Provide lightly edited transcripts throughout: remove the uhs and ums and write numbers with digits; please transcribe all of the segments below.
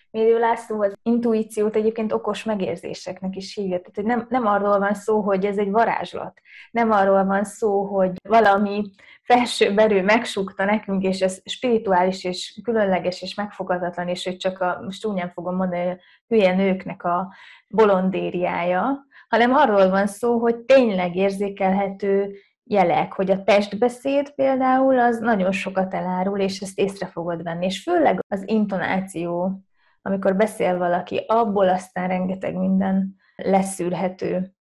Mérő László az intuíciót egyébként okos megérzéseknek is hívja. Tehát, hogy nem arról van szó, hogy ez egy varázslat. Nem arról van szó, hogy valami felsőbb erő megsúgta nekünk, és ez spirituális, és különleges, és megfoghatatlan, és hogy csak most csúnyán fogom mondani, a hülye nőknek a bolondériája, hanem arról van szó, hogy tényleg érzékelhető jelek, hogy a testbeszéd például az nagyon sokat elárul, és ezt észre fogod venni. És főleg az intonáció, amikor beszél valaki, abból aztán rengeteg minden leszűrhető.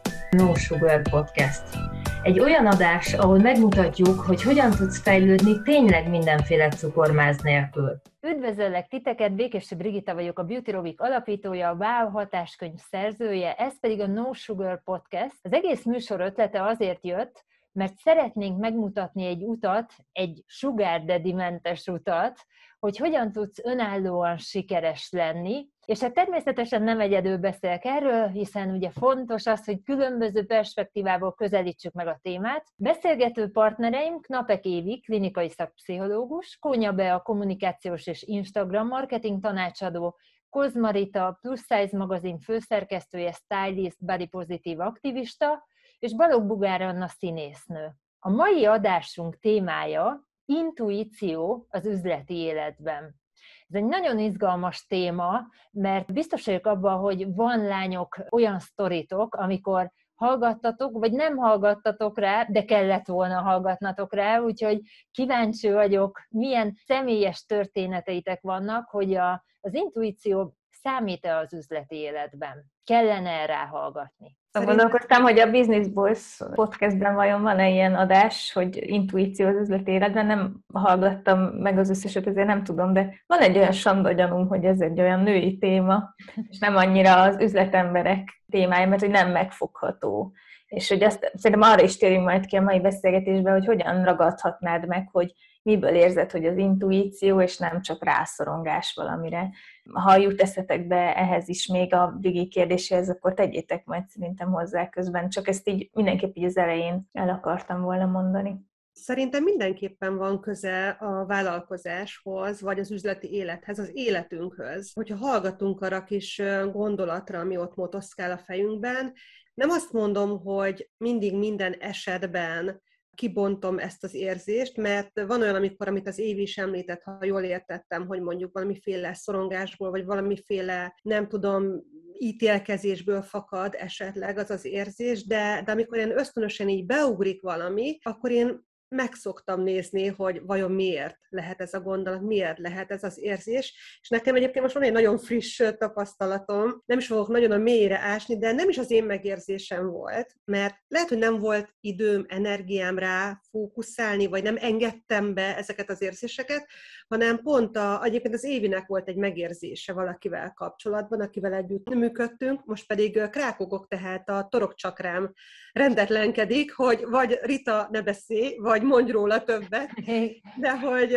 No Sugar Podcast. Egy olyan adás, ahol megmutatjuk, hogy hogyan tudsz fejlődni tényleg mindenféle cukormáz nélkül. Üdvözöllek titeket, Békési Brigitta vagyok, a Beauty Robic alapítója, a Wow hatáskönyv szerzője, ez pedig a No Sugar Podcast. Az egész műsor ötlete azért jött, mert szeretnénk megmutatni egy utat, egy sugar daddy-mentes utat, hogy hogyan tudsz önállóan sikeres lenni, és hát természetesen nem egyedül beszélek erről, hiszen ugye fontos az, hogy különböző perspektívából közelítsük meg a témát. Beszélgető partnereim Knapek Évi, klinikai szakpszichológus, Kónya Bea, kommunikációs és Instagram marketing tanácsadó, Koz Marita, Plus Size magazin főszerkesztője, stylist, body pozitív aktivista, és Balogh Bugár Anna színésznő. A mai adásunk témája intuíció az üzleti életben. Ez egy nagyon izgalmas téma, mert biztos vagyok abban, hogy van lányok olyan sztoritok, amikor hallgattatok, vagy nem hallgattatok rá, de kellett volna hallgatnatok rá, úgyhogy kíváncsi vagyok, milyen személyes történeteitek vannak, hogy az intuíció számít-e az üzleti életben? Kellene rá hallgatni? Gondolkoztam, hogy a Business Boys podcastben vajon van-e ilyen adás, hogy intuíció az üzleti életben, nem hallgattam meg az összeset, ezért nem tudom, de van egy olyan sanda gyanúm, hogy ez egy olyan női téma, és nem annyira az üzletemberek témája, mert hogy nem megfogható. És hogy azt szerintem arra is térjünk majd ki a mai beszélgetésben, hogy hogyan ragadhatnád meg, hogy miből érzed, hogy az intuíció, és nem csak rászorongás valamire. Ha jut eszetekbe ehhez is még a Brigi kérdéséhez, akkor tegyétek majd szerintem hozzá közben. Csak ezt így mindenképp így az elején el akartam volna mondani. Szerintem mindenképpen van köze a vállalkozáshoz, vagy az üzleti élethez, az életünkhöz. Hogyha hallgatunk arra kis gondolatra, ami ott motoszkál a fejünkben, nem azt mondom, hogy mindig minden esetben kibontom ezt az érzést, mert van olyan, amit az Évi is említett, ha jól értettem, hogy mondjuk valamiféle szorongásból, vagy valamiféle, nem tudom, ítélkezésből fakad esetleg az az érzés, de amikor én ösztönösen így beugrik valami, akkor én meg szoktam nézni, hogy vajon miért lehet ez a gondolat, miért lehet ez az érzés. És nekem egyébként most van egy nagyon friss tapasztalatom, nem is fogok nagyon a mélyre ásni, de nem is az én megérzésem volt, mert lehet, hogy nem volt időm, energiám rá fókuszálni, vagy nem engedtem be ezeket az érzéseket, hanem pont egyébként az Évinek volt egy megérzése valakivel kapcsolatban, akivel együtt működtünk, most pedig krákogok, tehát a torokcsakrám rendetlenkedik, hogy vagy Rita ne beszélj, vagy mondj róla többet, de hogy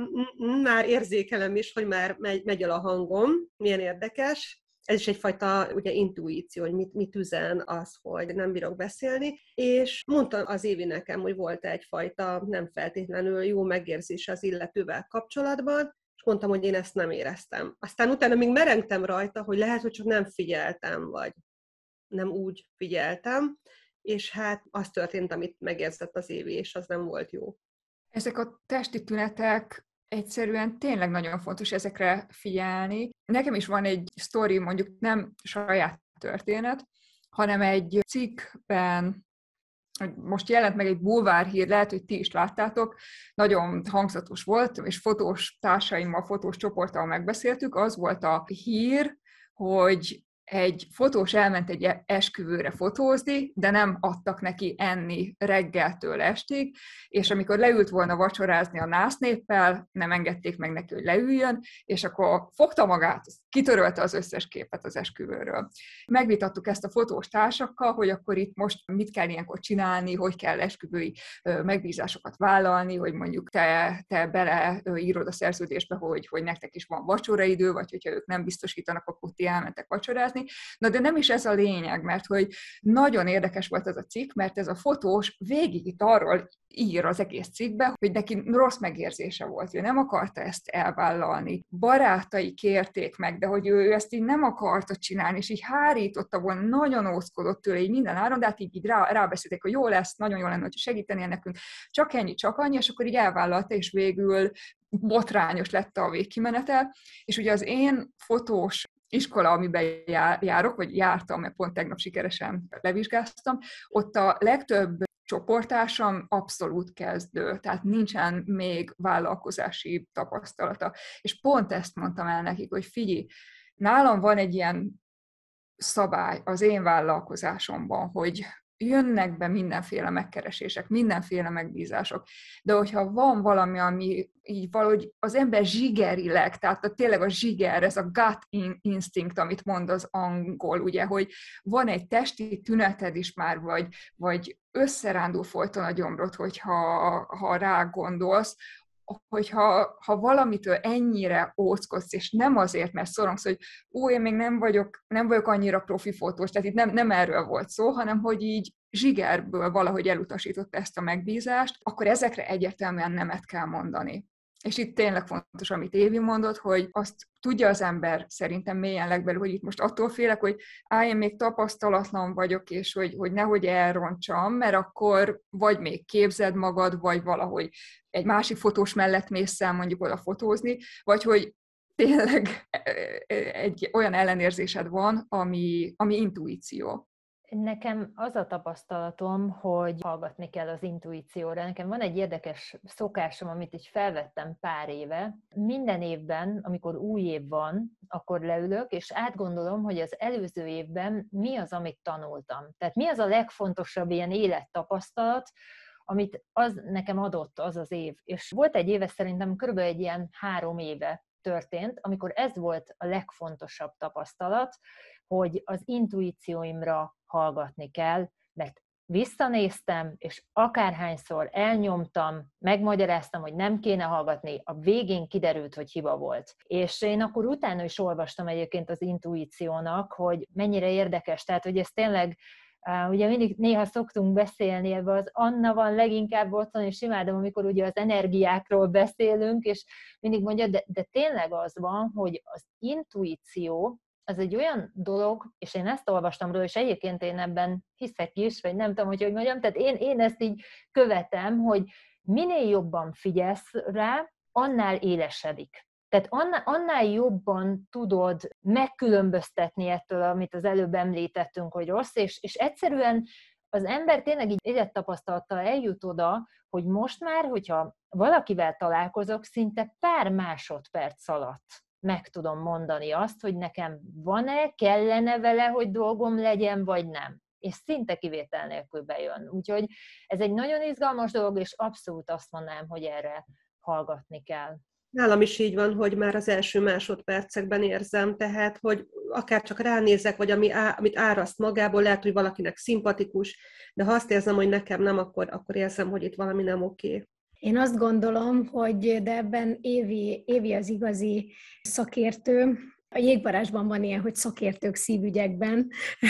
már érzékelem is, hogy már megy el a hangom, milyen érdekes. Ez is egyfajta ugye, intuíció, hogy mit üzen az, hogy nem bírok beszélni, és mondta az Évi nekem, hogy volt egyfajta nem feltétlenül jó megérzés az illetővel kapcsolatban, és mondtam, hogy én ezt nem éreztem. Aztán utána még merengtem rajta, hogy lehet, hogy csak nem figyeltem, vagy nem úgy figyeltem, és hát az történt, amit megérzett az Évi, és az nem volt jó. Ezek a testi tünetek egyszerűen tényleg nagyon fontos ezekre figyelni. Nekem is van egy sztori, mondjuk nem saját történet, hanem egy cikkben, most jelent meg egy bulvárhír, lehet, hogy ti is láttátok, nagyon hangzatos volt, és fotós társaimmal, fotós csoporttal megbeszéltük, az volt a hír, hogy egy fotós elment egy esküvőre fotózni, de nem adtak neki enni reggeltől estig, és amikor leült volna vacsorázni a násznéppel, nem engedték meg neki, hogy leüljön, és akkor fogta magát, kitörölte az összes képet az esküvőről. Megvitattuk ezt a fotós társakkal, hogy akkor itt most mit kell ilyenkor csinálni, hogy kell esküvői megbízásokat vállalni, hogy mondjuk te beleírod a szerződésbe, hogy nektek is van vacsoraidő, vagy hogyha ők nem biztosítanak, akkor ti elmentek vacsorázni. olvasgatni. Na de nem is ez a lényeg, mert hogy nagyon érdekes volt ez a cikk, mert ez a fotós végig itt arról ír az egész cikkbe, hogy neki rossz megérzése volt, ő nem akarta ezt elvállalni. Barátai kérték meg, de hogy ő ezt így nem akarta csinálni, és így hárította volna, nagyon óckodott tőle így minden áron, de hát így rábeszélték, hogy jó lesz, nagyon jó lenne, hogy segítenél nekünk, csak ennyi, csak annyi, és akkor így elvállalta, és végül botrányos lett a végkimenetel. És ugye az én fotós iskola, amiben járok, vagy jártam, mert pont tegnap sikeresen levizsgáztam, ott a legtöbb csoporttársam abszolút kezdő, tehát nincsen még vállalkozási tapasztalata. És pont ezt mondtam el nekik, hogy figyelj, nálam van egy ilyen szabály az én vállalkozásomban, hogy jönnek be mindenféle megkeresések, mindenféle megbízások, de hogyha van valami, ami így valahogy az ember zsigerileg, tehát tényleg a zsiger, ez a gut instinct, amit mond az angol, ugye, hogy van egy testi tüneted is már, vagy összerándul folyton a gyomrod, hogyha rá gondolsz, hogyha valamitől ennyire óckodsz, és nem azért, mert szorongsz, hogy én még nem vagyok annyira profi fotós, tehát itt nem erről volt szó, hanem hogy így zsigerből valahogy elutasított ezt a megbízást, akkor ezekre egyértelműen nemet kell mondani. És itt tényleg fontos, amit Évi mondott, hogy azt tudja az ember szerintem mélyen legbelül, hogy itt most attól félek, hogy én még tapasztalatlan vagyok, és hogy nehogy elrontsam, mert akkor vagy még képzeld magad, vagy valahogy egy másik fotós mellett mész el mondjuk oda fotózni, vagy hogy tényleg egy olyan ellenérzésed van, ami intuíció. Nekem az a tapasztalatom, hogy hallgatni kell az intuícióra. Nekem van egy érdekes szokásom, amit így felvettem pár éve. Minden évben, amikor új év van, akkor leülök, és átgondolom, hogy az előző évben mi az, amit tanultam. Tehát mi az a legfontosabb ilyen élettapasztalat, amit az nekem adott az az év. És volt egy éve, szerintem körülbelül egy ilyen 3 éve történt, amikor ez volt a legfontosabb tapasztalat, hogy az intuícióimra hallgatni kell, mert visszanéztem, és akárhányszor elnyomtam, megmagyaráztam, hogy nem kéne hallgatni, a végén kiderült, hogy hiba volt. És én akkor utána is olvastam egyébként az intuíciónak, hogy mennyire érdekes, tehát hogy ez tényleg, ugye mindig néha szoktunk beszélni, ebbe az Anna van leginkább otthon, és imádom, amikor ugye az energiákról beszélünk, és mindig mondja, de tényleg az van, hogy az intuíció, az egy olyan dolog, és én ezt olvastam róla, és egyébként én ebben hiszek is, vagy nem tudom, hogy mondjam, tehát én ezt így követem, hogy minél jobban figyelsz rá, annál élesedik. Tehát annál jobban tudod megkülönböztetni ettől, amit az előbb említettünk, hogy rossz, és egyszerűen az ember tényleg így élettapasztalattal eljut oda, hogy most már, hogyha valakivel találkozok, szinte pár másodperc alatt meg tudom mondani azt, hogy nekem van-e, kellene vele, hogy dolgom legyen, vagy nem. És szinte kivétel nélkül bejön. Úgyhogy ez egy nagyon izgalmas dolog, és abszolút azt mondanám, hogy erre hallgatni kell. Nálam is így van, hogy már az első másodpercekben érzem, tehát, hogy akár csak ránézek, vagy amit áraszt magából, lehet, hogy valakinek szimpatikus, de ha azt érzem, hogy nekem nem, akkor érzem, hogy itt valami nem oké. Én azt gondolom, hogy de ebben Évi az igazi szakértő. A Jégvarázsban van ilyen, hogy szakértők szívügyekben.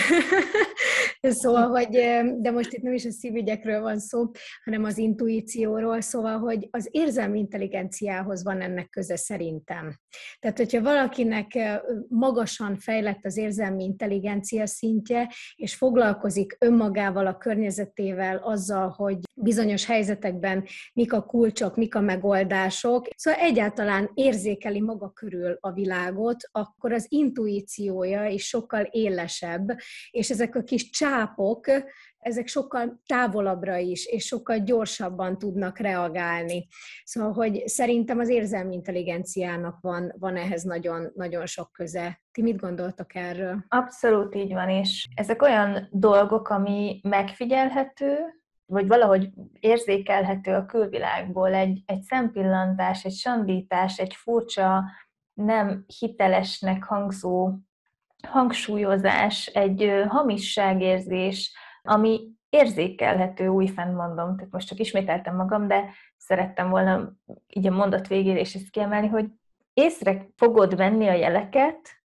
Szóval, hogy, de most itt nem is a szívügyekről van szó, hanem az intuícióról, szóval, hogy az érzelmi intelligenciához van ennek köze szerintem. Tehát, hogyha valakinek magasan fejlett az érzelmi intelligencia szintje, és foglalkozik önmagával, a környezetével, azzal, hogy bizonyos helyzetekben mik a kulcsok, mik a megoldások, szóval egyáltalán érzékeli maga körül a világot, akkor az intuíciója is sokkal élesebb, és ezek a kis csápok, ezek sokkal távolabbra is, és sokkal gyorsabban tudnak reagálni. Szóval, hogy szerintem az érzelmi intelligenciának van ehhez nagyon, nagyon sok köze. Ti mit gondoltok erről? Abszolút így van, és ezek olyan dolgok, ami megfigyelhető, vagy valahogy érzékelhető a külvilágból, egy szempillantás, egy sandítás, egy furcsa, nem hitelesnek hangzó hangsúlyozás, egy hamisságérzés, ami érzékelhető, újfent mondom, tehát most csak ismételtem magam, de szerettem volna így a mondat végére is ezt kiemelni, hogy észre fogod venni a jeleket,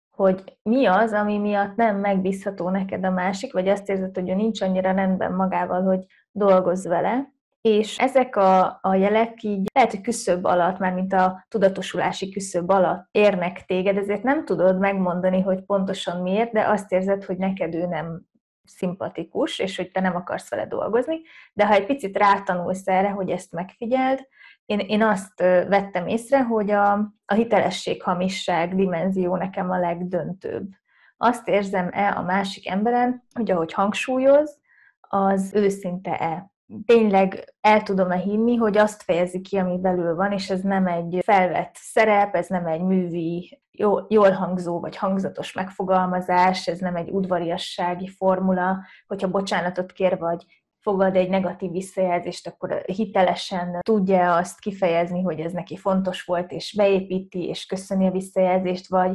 hogy mi az, ami miatt nem megbízható neked a másik, vagy azt érzed, hogy ő nincs annyira rendben magával, hogy dolgozz vele. És ezek a jelek így lehet, hogy küszöb alatt, már mint a tudatosulási küszöb alatt érnek téged, ezért nem tudod megmondani, hogy pontosan miért, de azt érzed, hogy neked ő nem szimpatikus, és hogy te nem akarsz vele dolgozni, de ha egy picit rátanulsz erre, hogy ezt megfigyeld, én azt vettem észre, hogy a hitelesség-hamisság dimenzió nekem a legdöntőbb. Azt érzem-e a másik emberen, hogy ahogy hangsúlyoz, az őszinte-e. Tényleg el tudom-e hinni, hogy azt fejezi ki, ami belül van, és ez nem egy felvett szerep, ez nem egy művi, jól hangzó vagy hangzatos megfogalmazás, ez nem egy udvariassági formula, hogyha bocsánatot kér, vagy fogad egy negatív visszajelzést, akkor hitelesen tudja azt kifejezni, hogy ez neki fontos volt, és beépíti, és köszöni a visszajelzést, vagy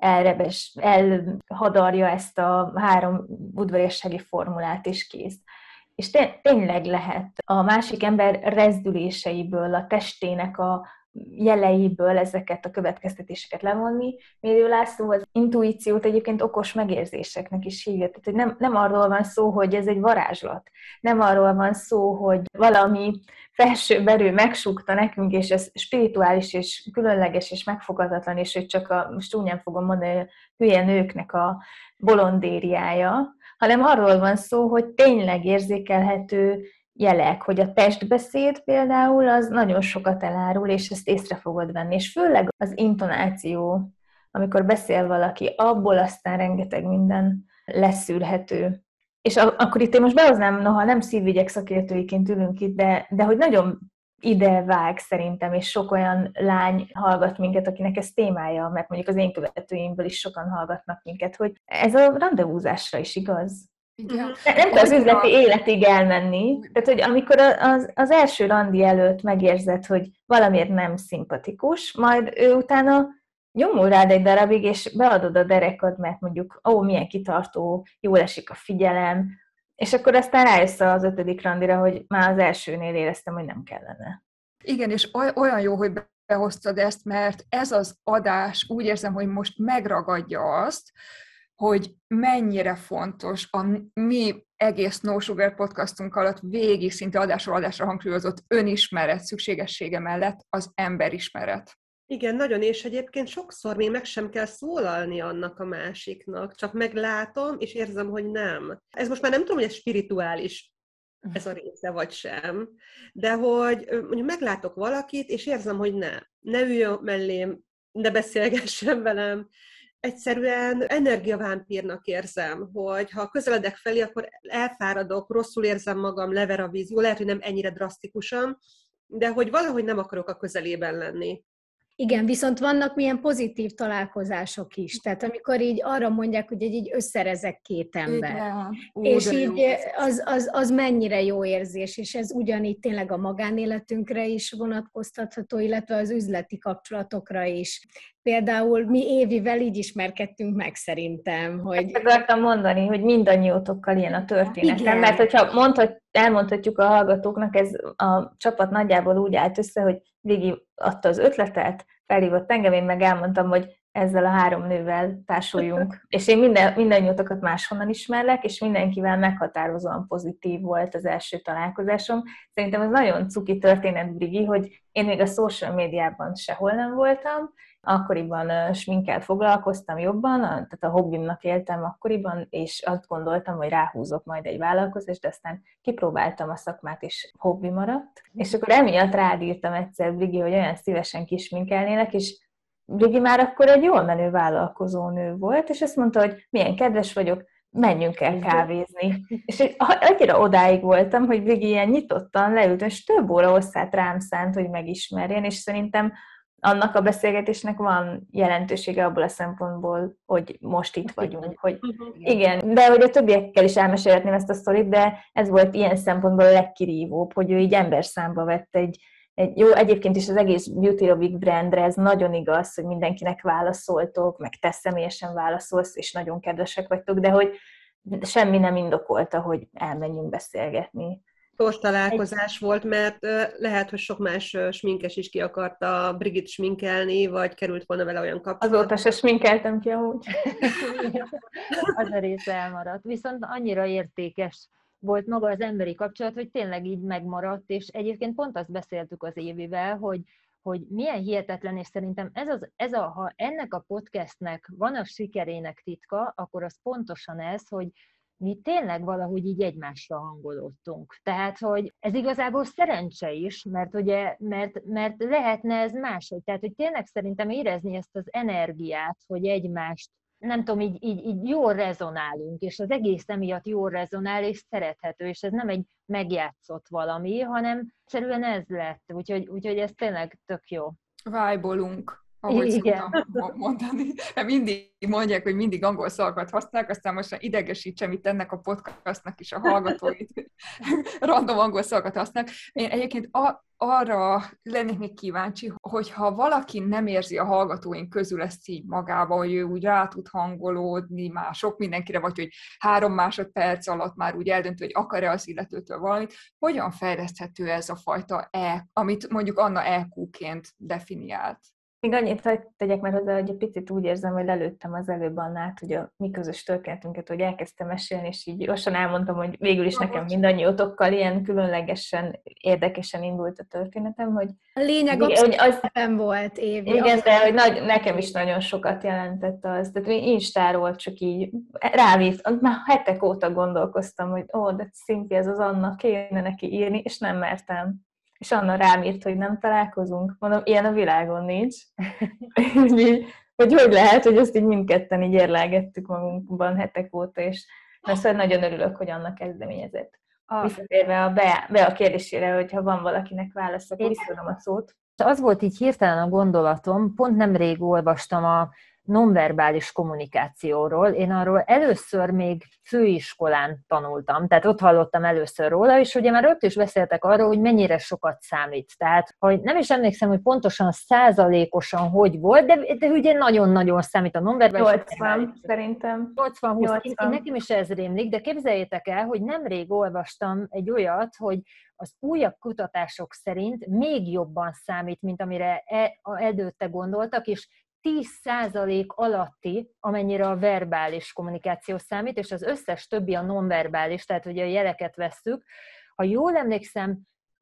elhadarja ezt a 3 udvariassági formulát, és kész. És tényleg lehet a másik ember rezdüléseiből, a testének a jeleiből ezeket a következtetéseket levonni. Mérő László az intuíciót egyébként okos megérzéseknek is hívja. Tehát, hogy nem arról van szó, hogy ez egy varázslat. Nem arról van szó, hogy valami felsőbb erő megsúgta nekünk, és ez spirituális, és különleges, és megfoghatatlan, és hogy csak most csúnyán fogom mondani, a hülye nőknek a bolondériája, hanem arról van szó, hogy tényleg érzékelhető jelek, hogy a testbeszéd például az nagyon sokat elárul, és ezt észre fogod venni. És főleg az intonáció, amikor beszél valaki, abból aztán rengeteg minden leszűrhető. És akkor itt én most behoznám, noha nem szívügyek szakértőiként ülünk itt, de hogy nagyon ide vág szerintem, és sok olyan lány hallgat minket, akinek ez témája, mert mondjuk az én követőimből is sokan hallgatnak minket, hogy ez a randevúzásra is igaz. Igen. Nem kell az üzleti életig elmenni. Tehát, hogy amikor az első randi előtt megérzed, hogy valamiért nem szimpatikus, majd ő utána nyomul rád egy darabig, és beadod a derekad, mert mondjuk, milyen kitartó, jól esik a figyelem, és akkor aztán rájössz az 5. randira, hogy már az elsőnél éreztem, hogy nem kellene. Igen, és olyan jó, hogy behoztad ezt, mert ez az adás úgy érzem, hogy most megragadja azt, hogy mennyire fontos a mi egész No Sugar podcastunk alatt végig szinte adásról adásra hangsúlyozott önismeret szükségessége mellett az emberismeret. Igen, nagyon, és egyébként sokszor még meg sem kell szólalni annak a másiknak, csak meglátom, és érzem, hogy nem. Ez most már nem tudom, hogy ez spirituális ez a része, vagy sem, de hogy mondjuk meglátok valakit, és érzem, hogy ne üljön mellém, ne beszélgessen velem. Egyszerűen energiavámpírnak érzem, hogy ha közeledek felé, akkor elfáradok, rosszul érzem magam, lever a víz. Jó, lehet, hogy nem ennyire drasztikusan, de hogy valahogy nem akarok a közelében lenni. Igen, viszont vannak milyen pozitív találkozások is. Tehát amikor így arra mondják, hogy így összerezek 2 ember. És így az mennyire jó érzés, és ez ugyanígy tényleg a magánéletünkre is vonatkoztatható, illetve az üzleti kapcsolatokra is. Például mi Évivel így ismerkedtünk meg szerintem, hogy... Ezt akartam mondani, hogy mindannyiótokkal ilyen a történetem, mert hogyha elmondhatjuk a hallgatóknak, ez a csapat nagyjából úgy állt össze, hogy Vigi adta az ötletet, felhívott engem, én meg elmondtam, hogy ezzel a 3 nővel társuljunk. És én mindannyiótokat máshonnan ismerlek, és mindenkivel meghatározóan pozitív volt az első találkozásom. Szerintem ez nagyon cuki történet, Brigi, hogy én még a social médiában sehol nem voltam, akkoriban sminkkel foglalkoztam jobban, tehát a hobbimnak éltem akkoriban, és azt gondoltam, hogy ráhúzok majd egy vállalkozást, de aztán kipróbáltam a szakmát, és hobbi maradt. És akkor emiatt rád írtam egyszer, Brigi, hogy olyan szívesen kisminkelnélek, és Brigi már akkor egy jól menő vállalkozó nő volt, és azt mondta, hogy milyen kedves vagyok, menjünk el kávézni. És annyira odáig voltam, hogy Brigi ilyen nyitottan leült, és több óra hosszát rám szánt, hogy megismerjen, és szerintem annak a beszélgetésnek van jelentősége abból a szempontból, hogy most itt vagyunk. Hogy igen, de hogy a többiekkel is elmesélhetném ezt a sztorit, de ez volt ilyen szempontból a legkirívóbb, hogy ő így emberszámba vett egy jó, egyébként is az egész Beauty Robic brandre ez nagyon igaz, hogy mindenkinek válaszoltok, meg te személyesen válaszolsz, és nagyon kedvesek vagytok, de hogy semmi nem indokolta, hogy elmenjünk beszélgetni. Sors találkozás volt, mert lehet, hogy sok más sminkes is ki akarta Brigit sminkelni, vagy került volna vele olyan kapcsolatba. Azóta se sminkeltem ki amúgy. Az a része elmaradt. Viszont annyira értékes volt maga az emberi kapcsolat, hogy tényleg így megmaradt, és egyébként pont azt beszéltük az Évivel, hogy milyen hihetetlen, és szerintem ha ennek a podcastnek van a sikerének titka, akkor az pontosan ez, hogy mi tényleg valahogy így egymásra hangolódtunk. Tehát, hogy ez igazából szerencse is, mert lehetne ez máshogy. Tehát, hogy tényleg szerintem érezni ezt az energiát, hogy egymást, nem tudom, így jól rezonálunk, és az egész emiatt jól rezonál, és szerethető, és ez nem egy megjátszott valami, hanem egyszerűen ez lett. Úgyhogy ez tényleg tök jó. Vibe-olunk, ahogy szoktam mondani. Mindig mondják, hogy mindig angol szavakat használnak, aztán most idegesítsem itt ennek a podcastnak is a hallgatóit. Random angol szavakat használnak. Én egyébként arra lennék még kíváncsi, hogyha valaki nem érzi a hallgatóink közül ezt így magában, hogy ő úgy rá tud hangolódni már sok mindenkire, vagy hogy 3 másodperc alatt már úgy eldöntő, hogy akar-e az illetőtől valamit, hogyan fejleszthető ez a fajta amit mondjuk Anna EQ-ként definiált? Még annyit, hogy tegyek már hozzá, hogy egy picit úgy érzem, hogy lelőttem az előbb Annát, hogy a mi közös történetünket, hogy elkezdtem mesélni, és így lassan elmondtam, hogy végül is nekem mindannyiótokkal ilyen különlegesen, érdekesen indult a történetem, hogy... A lényeg abszolút volt, Évi. Igen, de hogy nekem is nagyon sokat jelentett az. Tehát Instáról csak így rávírt, már hetek óta gondolkoztam, hogy de Szinti, ez az Anna, kéne neki írni, és nem mertem. És Anna rám írt, hogy nem találkozunk. Mondom, ilyen a világon nincs. hogy lehet, hogy ezt így mindketten így érlelgettük magunkban hetek óta, és szóval nagyon örülök, hogy Anna kezdeményezett. Visszatérve a kérdésére, hogyha van valakinek válasz, akkor visszadom a szót. Az volt így hirtelen a gondolatom, pont nemrég olvastam a nonverbális kommunikációról. Én arról először még főiskolán tanultam, tehát ott hallottam először róla, és ugye már ott is beszéltek arról, hogy mennyire sokat számít. Tehát, hogy nem is emlékszem, hogy pontosan százalékosan hogy volt, de ugye nagyon-nagyon számít a nonverbális. 80, szerintem. 80-20. Nekem is ez rémlik, de képzeljétek el, hogy nemrég olvastam egy olyat, hogy az újabb kutatások szerint még jobban számít, mint amire előtte gondoltak, és 10% alatti, amennyire a verbális kommunikáció számít, és az összes többi a nonverbális, tehát ugye a jeleket vesszük. Ha jól emlékszem,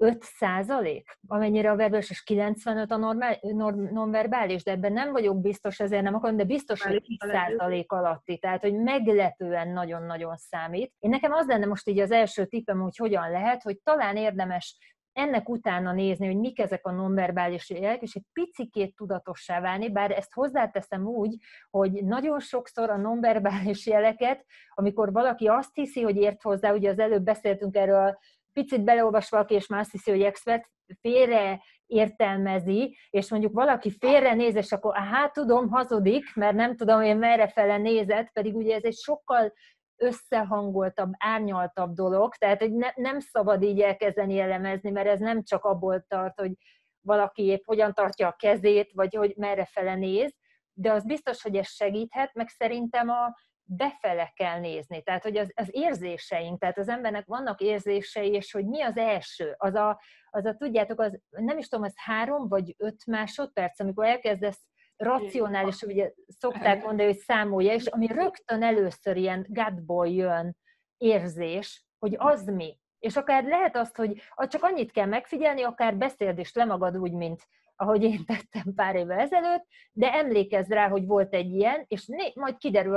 5%, amennyire a verbális, és 95 a nonverbális, de ebben nem vagyok biztos, ezért nem akarom, de biztos, hogy 10% alatti, tehát hogy meglepően nagyon-nagyon számít. Én nekem az lenne most így az első tippem, hogy hogyan lehet, hogy talán érdemes ennek utána nézni, hogy mik ezek a nonverbális jelek, és egy picikét tudatossá válni, bár ezt hozzáteszem úgy, hogy nagyon sokszor a nonverbális jeleket, amikor valaki azt hiszi, hogy ért hozzá, ugye az előbb beszéltünk erről, picit beleolvas valaki, és már azt hiszi, hogy expert, félre értelmezi, és mondjuk valaki félre néz, és akkor tudom, hazudik, mert nem tudom én merrefele nézett, pedig ugye ez egy sokkal összehangoltabb, árnyaltabb dolog, tehát hogy nem szabad így elkezdeni elemezni, mert ez nem csak abból tart, hogy valaki épp hogyan tartja a kezét, vagy hogy merrefele néz, de az biztos, hogy ez segíthet, meg szerintem befele kell nézni, tehát hogy az érzéseink, tehát az embernek vannak érzései, és hogy mi az első, tudjátok, nem is tudom, az 3 vagy 5 másodperc, amikor elkezdesz racionális, ugye szokták mondani, hogy számolja, és ami rögtön először ilyen gutból jön érzés, hogy az mi. És akár lehet azt, hogy csak annyit kell megfigyelni, akár beszéld is le magad úgy, mint ahogy én tettem pár évvel ezelőtt, de emlékezz rá, hogy volt egy ilyen, és majd kiderül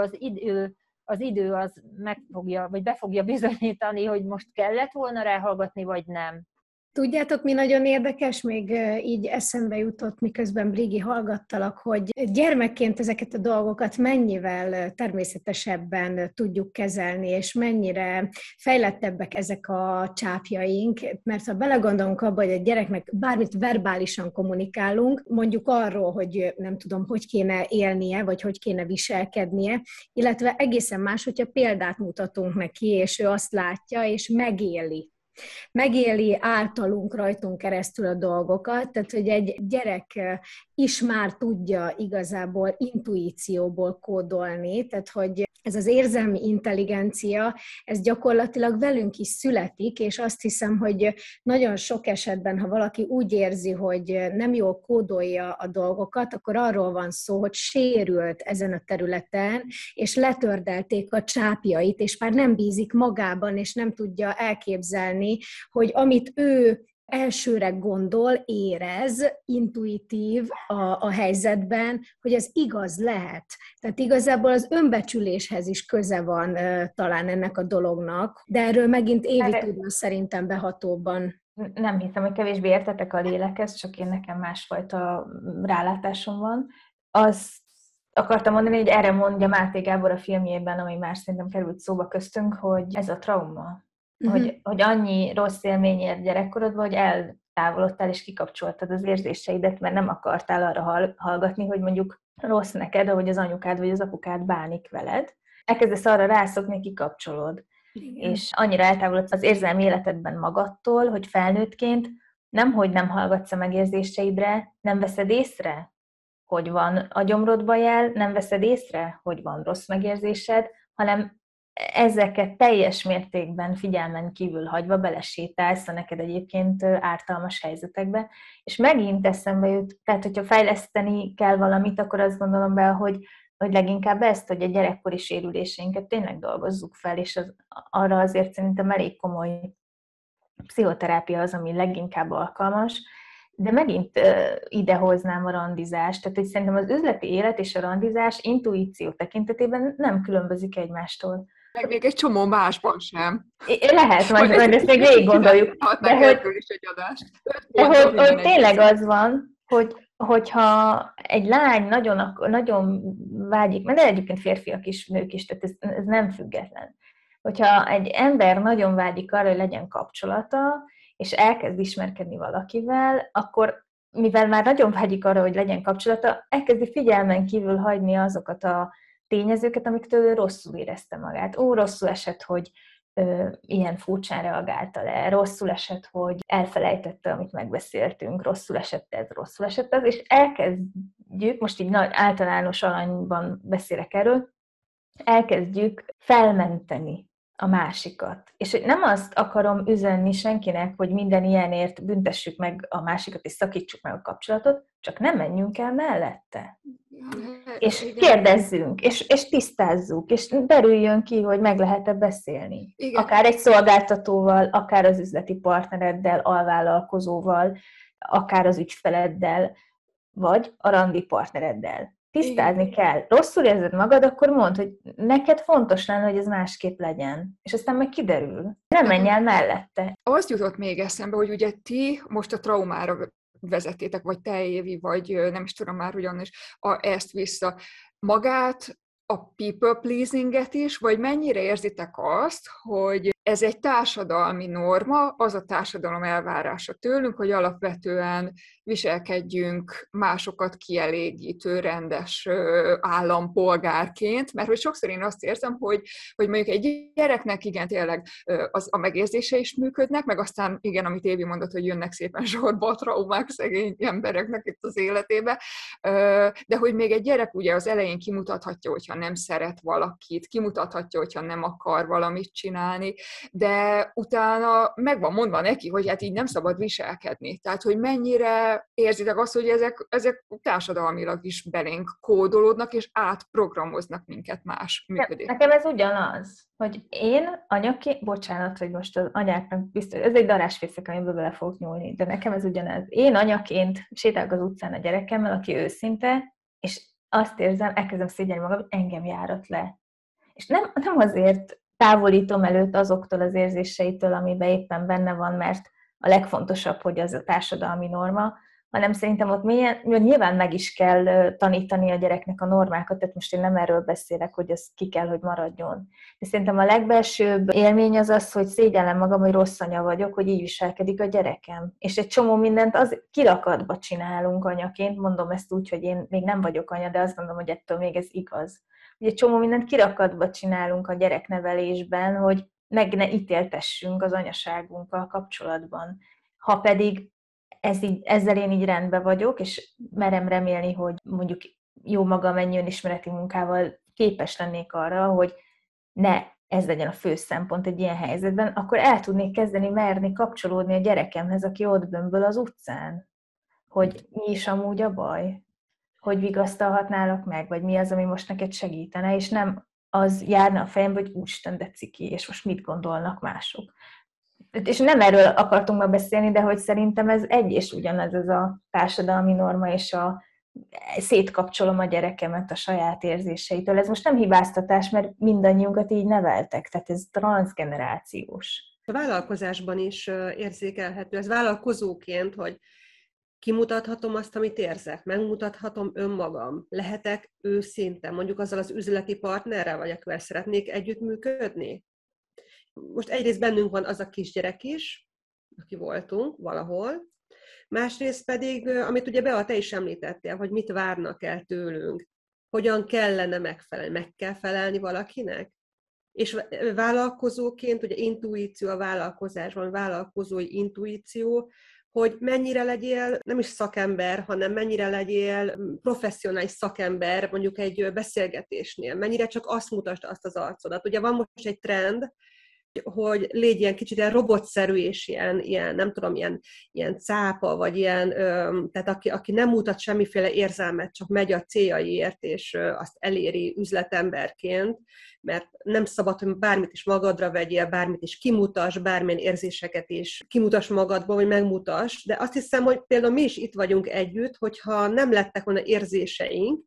az idő az megfogja, vagy be fogja bizonyítani, hogy most kellett volna ráhallgatni, vagy nem. Tudjátok, mi nagyon érdekes, még így eszembe jutott, miközben Brigi hallgattalak, hogy gyermekként ezeket a dolgokat mennyivel természetesebben tudjuk kezelni, és mennyire fejlettebbek ezek a csápjaink, mert ha belegondolunk abba, hogy a gyereknek bármit verbálisan kommunikálunk, mondjuk arról, hogy nem tudom, hogy kéne élnie, vagy hogy kéne viselkednie, illetve egészen más, hogyha példát mutatunk neki, és ő azt látja, és megéli általunk, rajtunk keresztül a dolgokat, tehát hogy egy gyerek is már tudja igazából intuícióból kódolni, tehát hogy ez az érzelmi intelligencia, ez gyakorlatilag velünk is születik, és azt hiszem, hogy nagyon sok esetben, ha valaki úgy érzi, hogy nem jól kódolja a dolgokat, akkor arról van szó, hogy sérült ezen a területen, és letördelték a csápjait, és már nem bízik magában, és nem tudja elképzelni, hogy amit ő elsőre gondol, érez, intuitív a helyzetben, hogy ez igaz lehet. Tehát igazából az önbecsüléshez is köze van talán ennek a dolognak, de erről megint Évi tudna szerintem behatóbban. Nem hiszem, hogy kevésbé értetek a lélekhez, csak nekem másfajta rálátásom van. Azt akartam mondani, hogy erre mondja Máté Gábor a filmjében, ami már szerintem került szóba köztünk, hogy ez a trauma. Hogy annyi rossz élmény ért gyerekkorodban, hogy eltávolodtál és kikapcsoltad az érzéseidet, mert nem akartál arra hallgatni, hogy mondjuk rossz neked, ahogy az anyukád vagy az apukád bánik veled. Elkezdesz arra rászokni, kikapcsolod. Igen. És annyira eltávolodsz az érzelmi életedben magadtól, hogy felnőttként nemhogy nem hallgatsz a megérzéseidre, nem veszed észre, hogy van a gyomrodban jel, nem veszed észre, hogy van rossz megérzésed, hanem ezeket teljes mértékben figyelmen kívül hagyva belesétálsz a neked egyébként ártalmas helyzetekbe, és megint eszembe jut, tehát hogyha fejleszteni kell valamit, akkor azt gondolom be, hogy leginkább ezt, hogy a gyerekkori sérüléseinket tényleg dolgozzuk fel, és arra azért szerintem elég komoly pszichoterápia az, ami leginkább alkalmas, de megint idehoznám a randizást, tehát hogy szerintem az üzleti élet és a randizás intuíció tekintetében nem különbözik egymástól. Meg még egy csomó másban sem. Lehet, majd ezt még végig gondoljuk. De hogy tényleg az van, hogyha egy lány nagyon vágyik, mert egyébként férfiak is, nők is, tehát ez nem független. Hogyha egy ember nagyon vágyik arra, hogy legyen kapcsolata, és elkezd ismerkedni valakivel, akkor mivel már nagyon vágyik arra, hogy legyen kapcsolata, elkezdi figyelmen kívül hagyni azokat a tényezőket, amiktől rosszul érezte magát. Rosszul esett, hogy ilyen furcsán reagálta le, rosszul esett, hogy elfelejtette, amit megbeszéltünk, rosszul esett ez, és elkezdjük, most így nagy általános alanyban beszélek erről, elkezdjük felmenteni a másikat. És hogy nem azt akarom üzenni senkinek, hogy minden ilyenért büntessük meg a másikat, és szakítsuk meg a kapcsolatot, csak nem menjünk el mellette. És kérdezzünk, és tisztázzuk, és derüljön ki, hogy meg lehet-e beszélni. Igen. Akár egy szolgáltatóval, akár az üzleti partnereddel, alvállalkozóval, akár az ügyfeleddel, vagy a randi partnereddel. Tisztázni kell. Rosszul érzed magad, akkor mondd, hogy neked fontos lenne, hogy ez másképp legyen. És aztán meg kiderül. Nem menj el mellette. Azt jutott még eszembe, hogy ugye ti most a traumára vezetétek, vagy te, Évi, vagy nem is tudom már hogyan is, ezt vissza. Magát a people pleasinget is, vagy mennyire érzitek azt, hogy ez egy társadalmi norma, az a társadalom elvárása tőlünk, hogy alapvetően viselkedjünk másokat kielégítő, rendes állampolgárként, mert hogy sokszor én azt érzem, hogy mondjuk egy gyereknek igen, tényleg a megérzése is működnek, meg aztán igen, amit Évi mondott, hogy jönnek szépen sorba a traumák szegény embereknek itt az életébe, de hogy még egy gyerek ugye az elején kimutathatja, hogyha nem szeret valakit, kimutathatja, hogyha nem akar valamit csinálni, de utána meg van mondva neki, hogy hát így nem szabad viselkedni. Tehát, hogy mennyire érzitek azt, hogy ezek társadalmilag is belénk kódolódnak, és átprogramoznak minket más működésre. Nekem ez ugyanaz, hogy én anyaként, bocsánat, hogy most az anyáknak biztos, ez egy darásfészek, amiben bele fogok nyúlni, de nekem ez ugyanaz. Én anyaként sétálok az utcán a gyerekemmel, aki őszinte, és azt érzem, elkezdem szégyelni magam, hogy engem járat le. És nem azért távolítom előtt azoktól az érzéseitől, amiben éppen benne van, mert a legfontosabb, hogy az a társadalmi norma, hanem szerintem ott nyilván meg is kell tanítani a gyereknek a normákat, tehát most én nem erről beszélek, hogy ez ki kell, hogy maradjon. De szerintem a legbelsőbb élmény az az, hogy szégyellem magam, hogy rossz anya vagyok, hogy így viselkedik a gyerekem. És egy csomó mindent az kirakatba csinálunk anyaként, mondom ezt úgy, hogy én még nem vagyok anya, de azt gondolom, hogy ettől még ez igaz. Ugye egy csomó mindent kirakatba csinálunk a gyereknevelésben, hogy meg ne ítéltessünk az anyaságunkkal kapcsolatban. Ha pedig ezzel én így rendben vagyok, és merem remélni, hogy mondjuk jó magam ennyi önismereti munkával képes lennék arra, hogy ne ez legyen a fő szempont egy ilyen helyzetben, akkor el tudnék kezdeni merni kapcsolódni a gyerekemhez, aki ott bömböl az utcán. Hogy mi is amúgy a baj? Hogy vigasztalhatnálak meg? Vagy mi az, ami most neked segítene? És nem az járna a fejembe, hogy úristen, de ciki, és most mit gondolnak mások. És nem erről akartunk ma beszélni, de hogy szerintem ez egy és ugyanaz ez a társadalmi norma, és szétkapcsolom a gyerekemet a saját érzéseitől. Ez most nem hibáztatás, mert mindannyiunkat így neveltek, tehát ez transzgenerációs. A vállalkozásban is érzékelhető, ez vállalkozóként, hogy kimutathatom azt, amit érzek, megmutathatom önmagam, lehetek őszinte, mondjuk azzal az üzleti partnerrel, vagy akivel szeretnék együttműködni. Most egyrészt bennünk van az a kisgyerek is, aki voltunk valahol, másrészt pedig, amit ugye Bea, te is említettél, hogy mit várnak el tőlünk, hogyan kellene megfelelni, meg kell felelni valakinek. És vállalkozóként, ugye intuíció a vállalkozásban, vállalkozói intuíció, hogy mennyire legyél nem is szakember, hanem mennyire legyél professzionális szakember mondjuk egy beszélgetésnél, mennyire csak azt mutasd azt az arcodat. Ugye van most egy trend, hogy légy ilyen kicsit ilyen robotszerű és ilyen nem tudom, ilyen cápa, vagy ilyen, tehát aki nem mutat semmiféle érzelmet, csak megy a céljaiért, és azt eléri üzletemberként, mert nem szabad, hogy bármit is magadra vegyél, bármit is kimutass, bármilyen érzéseket is kimutass magadból, vagy megmutass, de azt hiszem, hogy például mi is itt vagyunk együtt, hogyha nem lettek volna érzéseink,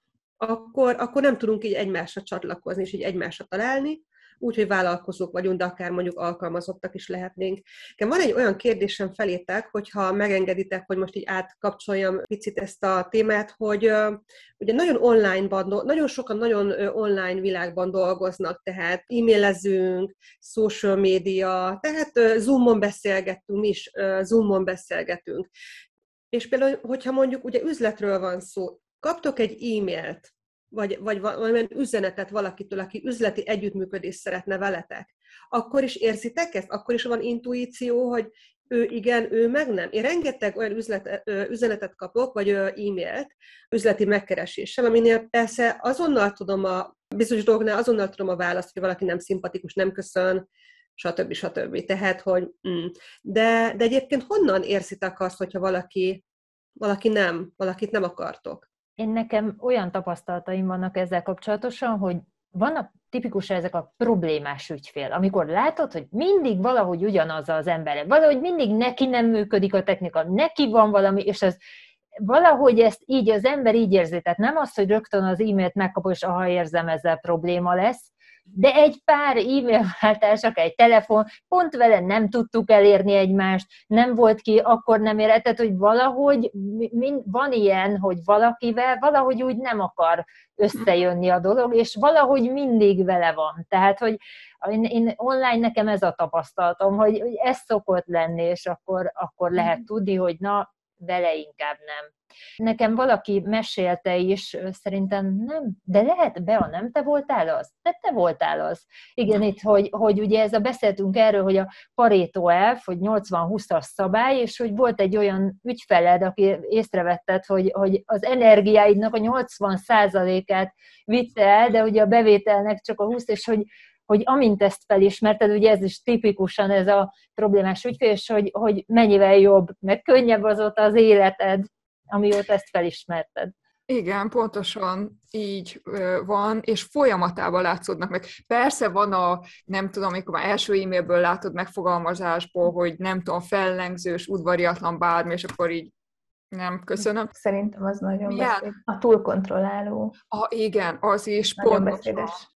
akkor nem tudunk így egymásra csatlakozni, és így egymásra találni, úgyhogy vállalkozók vagyunk, de akár mondjuk alkalmazottak is lehetnénk. Van egy olyan kérdésem felétek, hogyha megengeditek, hogy most így átkapcsoljam picit ezt a témát, hogy ugye nagyon sokan nagyon online világban dolgoznak, tehát e-mailezünk, social media, tehát Zoomon beszélgettünk, mi is Zoomon beszélgetünk. És például, hogyha mondjuk ugye üzletről van szó, kaptok egy e-mailt, vagy valamilyen üzenetet valakitől, aki üzleti együttműködést szeretne veletek, akkor is érzitek ezt? Akkor is van intuíció, hogy ő igen, ő meg nem? Én rengeteg olyan üzenetet kapok, vagy e-mailt üzleti megkereséssel, aminél persze azonnal tudom bizonyos dolgoknál azonnal tudom a választ, hogy valaki nem szimpatikus, nem köszön, stb. Tehát, hogy de egyébként honnan érzitek azt, hogyha valakit nem akartok? Nekem olyan tapasztalataim vannak ezzel kapcsolatosan, hogy vannak tipikusan ezek a problémás ügyfél, amikor látod, hogy mindig valahogy ugyanaz az embere, valahogy mindig neki nem működik a technika, neki van valami, és ez valahogy ezt így az ember így érzi, tehát nem az, hogy rögtön az e-mailt megkapom, és aha, érzem, ezzel probléma lesz, de egy pár e-mailváltás, akár egy telefon, pont vele nem tudtuk elérni egymást, nem volt ki, akkor nem érett, tehát hogy valahogy van ilyen, hogy valakivel valahogy úgy nem akar összejönni a dolog, és valahogy mindig vele van. Tehát, hogy én online nekem ez a tapasztalatom, hogy ez szokott lenni, és akkor lehet tudni, hogy na, vele inkább nem. Nekem valaki mesélte is, szerintem nem, de lehet, Bea, nem te voltál az? Te voltál az. Igen, itt, hogy ugye beszéltünk erről, hogy a Pareto elv, hogy 80-20-as szabály, és hogy volt egy olyan ügyfeled, aki észrevetted, hogy az energiáidnak a 80%-át vitte el, de ugye a bevételnek csak a 20%, és hogy amint ezt felismerted, ugye ez is tipikusan ez a problémás ügyfél, és hogy mennyivel jobb, meg könnyebb azóta az életed, amióta ezt felismerted. Igen, pontosan így van, és folyamatában látszódnak meg. Persze van nem tudom, amikor már első e-mailből látod megfogalmazásból, hogy nem tudom, fellengzős, udvariatlan bármi, és akkor így nem, köszönöm. Szerintem az nagyon beszéd. A túlkontrolláló. Igen, az is nagyon pontosan. beszédes.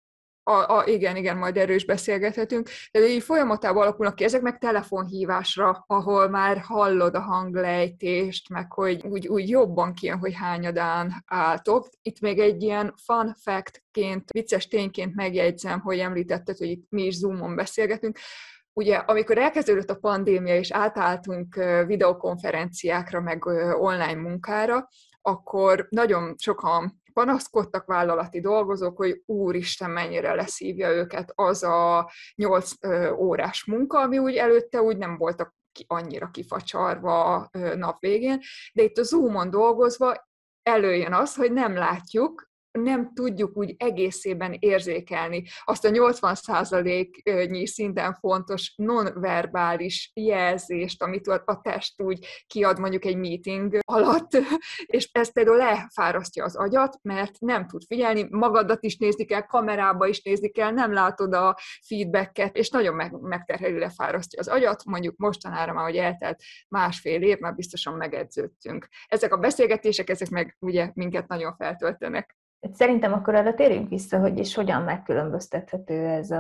Igen, majd erről is beszélgethetünk. De így folyamatában alakulnak ki ezek meg telefonhívásra, ahol már hallod a hanglejtést, meg hogy úgy jobban kijön, hogy hányadán álltok. Itt még egy ilyen fun fact-ként, vicces tényként megjegyzem, hogy említetted, hogy itt mi is Zoomon beszélgetünk. Ugye, amikor elkezdődött a pandémia, és átálltunk videokonferenciákra, meg online munkára, akkor nagyon sokan panaszkodtak vállalati dolgozók, hogy úristen, mennyire leszívja őket az a 8 órás munka, ami úgy előtte úgy nem voltak annyira kifacsarva nap végén, de itt a Zoomon dolgozva előjön az, hogy nem látjuk nem tudjuk úgy egészében érzékelni azt a 80%-nyi szinten fontos nonverbális jelzést, amit a test úgy kiad mondjuk egy meeting alatt, és ez például lefárasztja az agyat, mert nem tud figyelni, magadat is nézni kell, kamerába is nézni kell, nem látod a feedbacket, és nagyon megterheli, lefárasztja az agyat, mondjuk mostanára már, hogy eltelt 1,5 év, már biztosan megedződtünk. Ezek a beszélgetések, ezek meg ugye minket nagyon feltöltenek. Szerintem akkor arra térjünk vissza, hogy és hogyan megkülönböztethető ez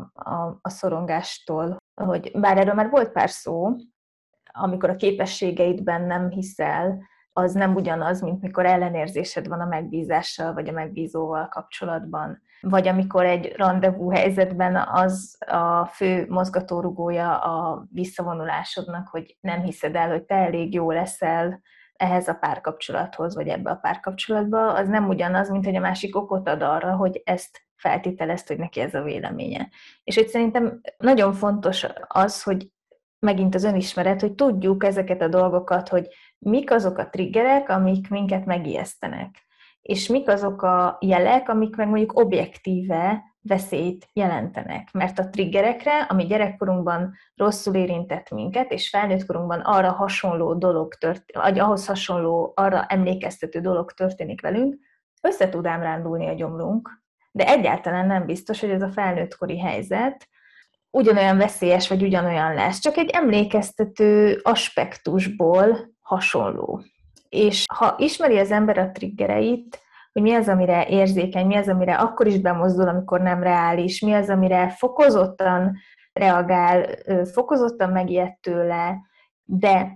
a szorongástól, hogy bár erről már volt pár szó, amikor a képességeidben nem hiszel, az nem ugyanaz, mint mikor ellenérzésed van a megbízással, vagy a megbízóval kapcsolatban. Vagy amikor egy randevú helyzetben az a fő mozgatórugója a visszavonulásodnak, hogy nem hiszed el, hogy te elég jó leszel ehhez a párkapcsolathoz, vagy ebbe a párkapcsolatba, az nem ugyanaz, mint hogy a másik okot ad arra, hogy ezt feltételezt, hogy neki ez a véleménye. És hogy szerintem nagyon fontos az, hogy megint az önismeret, hogy tudjuk ezeket a dolgokat, hogy mik azok a triggerek, amik minket megijesztenek, és mik azok a jelek, amik meg mondjuk objektíve veszélyt jelentenek. Mert a triggerekre, ami gyerekkorunkban rosszul érintett minket, és felnőtt korunkban arra hasonló dolog vagy ahhoz hasonló, arra emlékeztető dolog történik velünk, össze tud ám rándulni a gyomrunk, de egyáltalán nem biztos, hogy ez a felnőttkori helyzet ugyanolyan veszélyes, vagy ugyanolyan lesz, csak egy emlékeztető aspektusból hasonló. És ha ismeri az ember a triggereit, hogy mi az, amire érzékeny, mi az, amire akkor is bemozdul, amikor nem reális, mi az, amire fokozottan reagál, fokozottan megijed tőle, de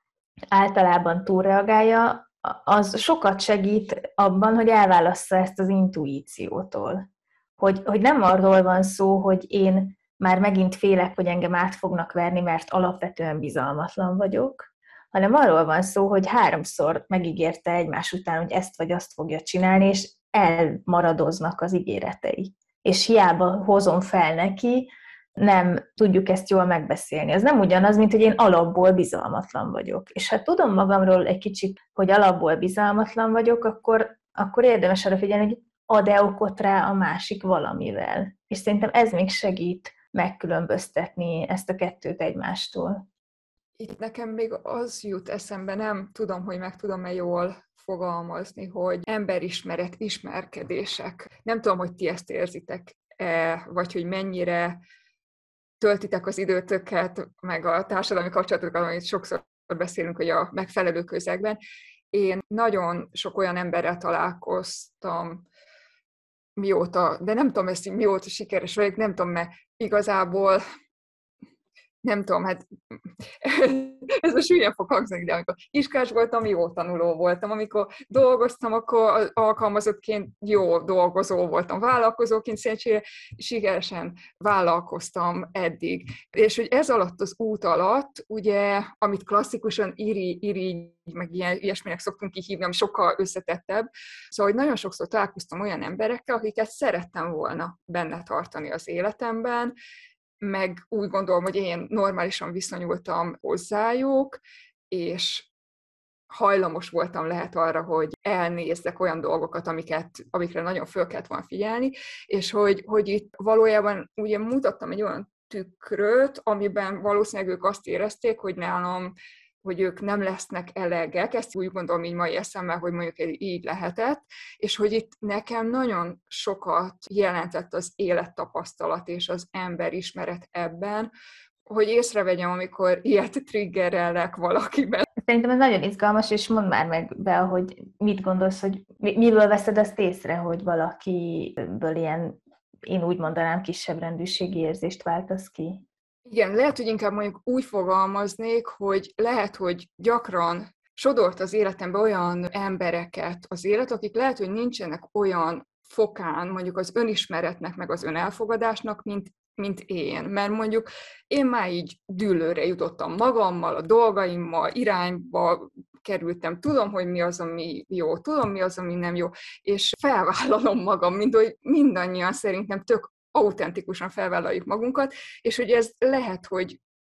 általában túlreagálja, az sokat segít abban, hogy elválassza ezt az intuíciótól. Hogy nem arról van szó, hogy én már megint félek, hogy engem át fognak verni, mert alapvetően bizalmatlan vagyok, hanem arról van szó, hogy 3-szor megígérte egymás után, hogy ezt vagy azt fogja csinálni, és elmaradoznak az ígéretei. És hiába hozom fel neki, nem tudjuk ezt jól megbeszélni. Az nem ugyanaz, mint hogy én alapból bizalmatlan vagyok. És ha tudom magamról egy kicsit, hogy alapból bizalmatlan vagyok, akkor érdemes arra figyelni, hogy ad-e okot rá a másik valamivel. És szerintem ez még segít megkülönböztetni ezt a kettőt egymástól. Itt nekem még az jut eszembe, nem tudom, hogy meg tudom-e jól fogalmazni, hogy emberismeret, ismerkedések. Nem tudom, hogy ti ezt érzitek-e, vagy hogy mennyire töltitek az időtöket, meg a társadalmi kapcsolatokat, amit sokszor beszélünk, hogy a megfelelő közegben. Én nagyon sok olyan emberrel találkoztam mióta, de nem tudom, ezt mióta sikeres vagyok, nem tudom, mert igazából nem tudom, hát ez a hülyen fog hangzni, de amikor iskás voltam, jó tanuló voltam, amikor dolgoztam, akkor alkalmazottként jó dolgozó voltam, vállalkozóként szerencsére sikeresen vállalkoztam eddig. És hogy ez alatt az út alatt, ugye, amit klasszikusan irigy, meg ilyesminek szoktunk kihívni, ami sokkal összetettebb, szóval hogy nagyon sokszor találkoztam olyan emberekkel, akiket szerettem volna benne tartani az életemben, meg úgy gondolom, hogy én normálisan viszonyultam hozzájuk, és hajlamos voltam lehet arra, hogy elnézzek olyan dolgokat, amikre nagyon föl kellett volna figyelni, és hogy itt valójában ugye mutattam egy olyan tükröt, amiben valószínűleg ők azt érezték, hogy nálam, hogy ők nem lesznek elegek, ezt úgy gondolom így mai eszemmel, hogy mondjuk így lehetett, és hogy itt nekem nagyon sokat jelentett az élettapasztalat és az emberismeret ebben, hogy észrevegyem, amikor ilyet triggerellek valakiben. Szerintem ez nagyon izgalmas, és mondd már meg be, hogy mit gondolsz, hogy miből veszed azt észre, hogy valakiből ilyen, én úgy mondanám, kisebb rendűségi érzést váltasz ki? Igen, lehet, hogy inkább mondjuk úgy fogalmaznék, hogy lehet, hogy gyakran sodort az életembe olyan embereket az élet, akik lehet, hogy nincsenek olyan fokán mondjuk az önismeretnek, meg az önelfogadásnak, mint én. Mert mondjuk én már így dűlőre jutottam magammal, a dolgaimmal, irányba kerültem, tudom, hogy mi az, ami jó, tudom, mi az, ami nem jó, és felvállalom magam, mint hogy mindannyian szerintem tök autentikusan felvállaljuk magunkat, és hogy ez lehet, hogy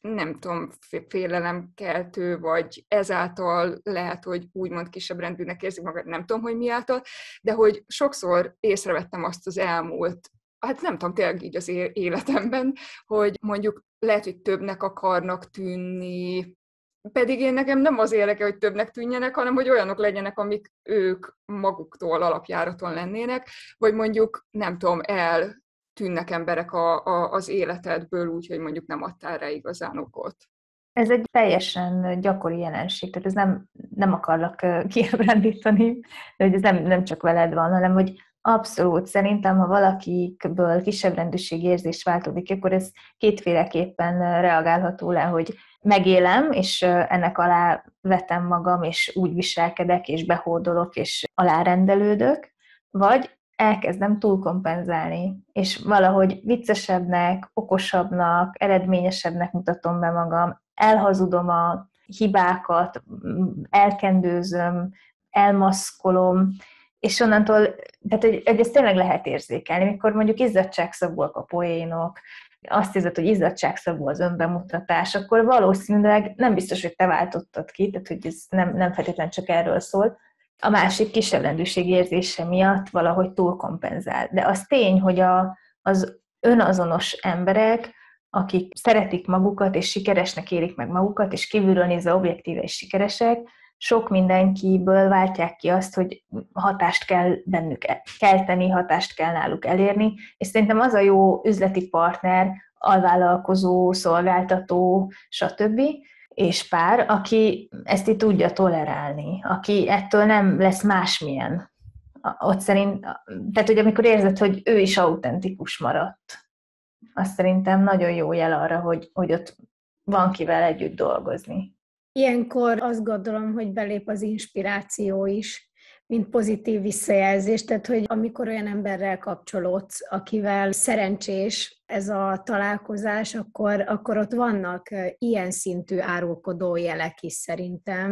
nem tudom, félelemkeltő, vagy ezáltal lehet, hogy úgymond kisebb rendűnek érzik magad, nem tudom, hogy miáltal, de hogy sokszor észrevettem azt az elmúlt, hát nem tudom, tényleg így az életemben, hogy mondjuk lehet, hogy többnek akarnak tűnni, pedig én nekem nem az érdeke, hogy többnek tűnjenek, hanem hogy olyanok legyenek, amik ők maguktól alapjáraton lennének, vagy mondjuk, nem tudom, eltűnnek emberek az életedből úgy, hogy mondjuk nem adtál rá igazán okot. Ez egy teljesen gyakori jelenség, tehát ez nem akarlak kiábrándítani, de hogy ez nem csak veled van, hanem hogy abszolút szerintem, ha valakikből kisebbrendűségi érzés változik, akkor ez kétféleképpen reagálható le, hogy megélem, és ennek alá vetem magam, és úgy viselkedek, és behódolok, és alárendelődök, vagy elkezdem túlkompenzálni, és valahogy viccesebbnek, okosabbnak, eredményesebbnek mutatom be magam, elhazudom a hibákat, elkendőzöm, elmaszkolom, és onnantól, tehát hogy ezt tényleg lehet érzékelni, mikor mondjuk izzadságszagúak a poénok, azt érzed, hogy izzadságszagú az önbemutatás, akkor valószínűleg nem biztos, hogy te váltottad ki, tehát hogy ez nem feltétlenül csak erről szól. A másik kisebbrendűség érzése miatt valahogy túlkompenzál. De az tény, hogy az önazonos emberek, akik szeretik magukat, és sikeresnek élik meg magukat, és kívülről nézve objektíve és sikeresek, sok mindenkiből váltják ki azt, hogy hatást kell bennük kelteni, hatást kell náluk elérni, és szerintem az a jó üzleti partner, alvállalkozó, szolgáltató, stb., és pár, aki ezt így tudja tolerálni, aki ettől nem lesz másmilyen. Ott tehát hogy amikor érzed, hogy ő is autentikus maradt, azt szerintem nagyon jó jel arra, hogy ott van kivel együtt dolgozni. Ilyenkor azt gondolom, hogy belép az inspiráció is, mint pozitív visszajelzés, tehát hogy amikor olyan emberrel kapcsolódsz, akivel szerencsés ez a találkozás, akkor ott vannak ilyen szintű árulkodó jelek is szerintem,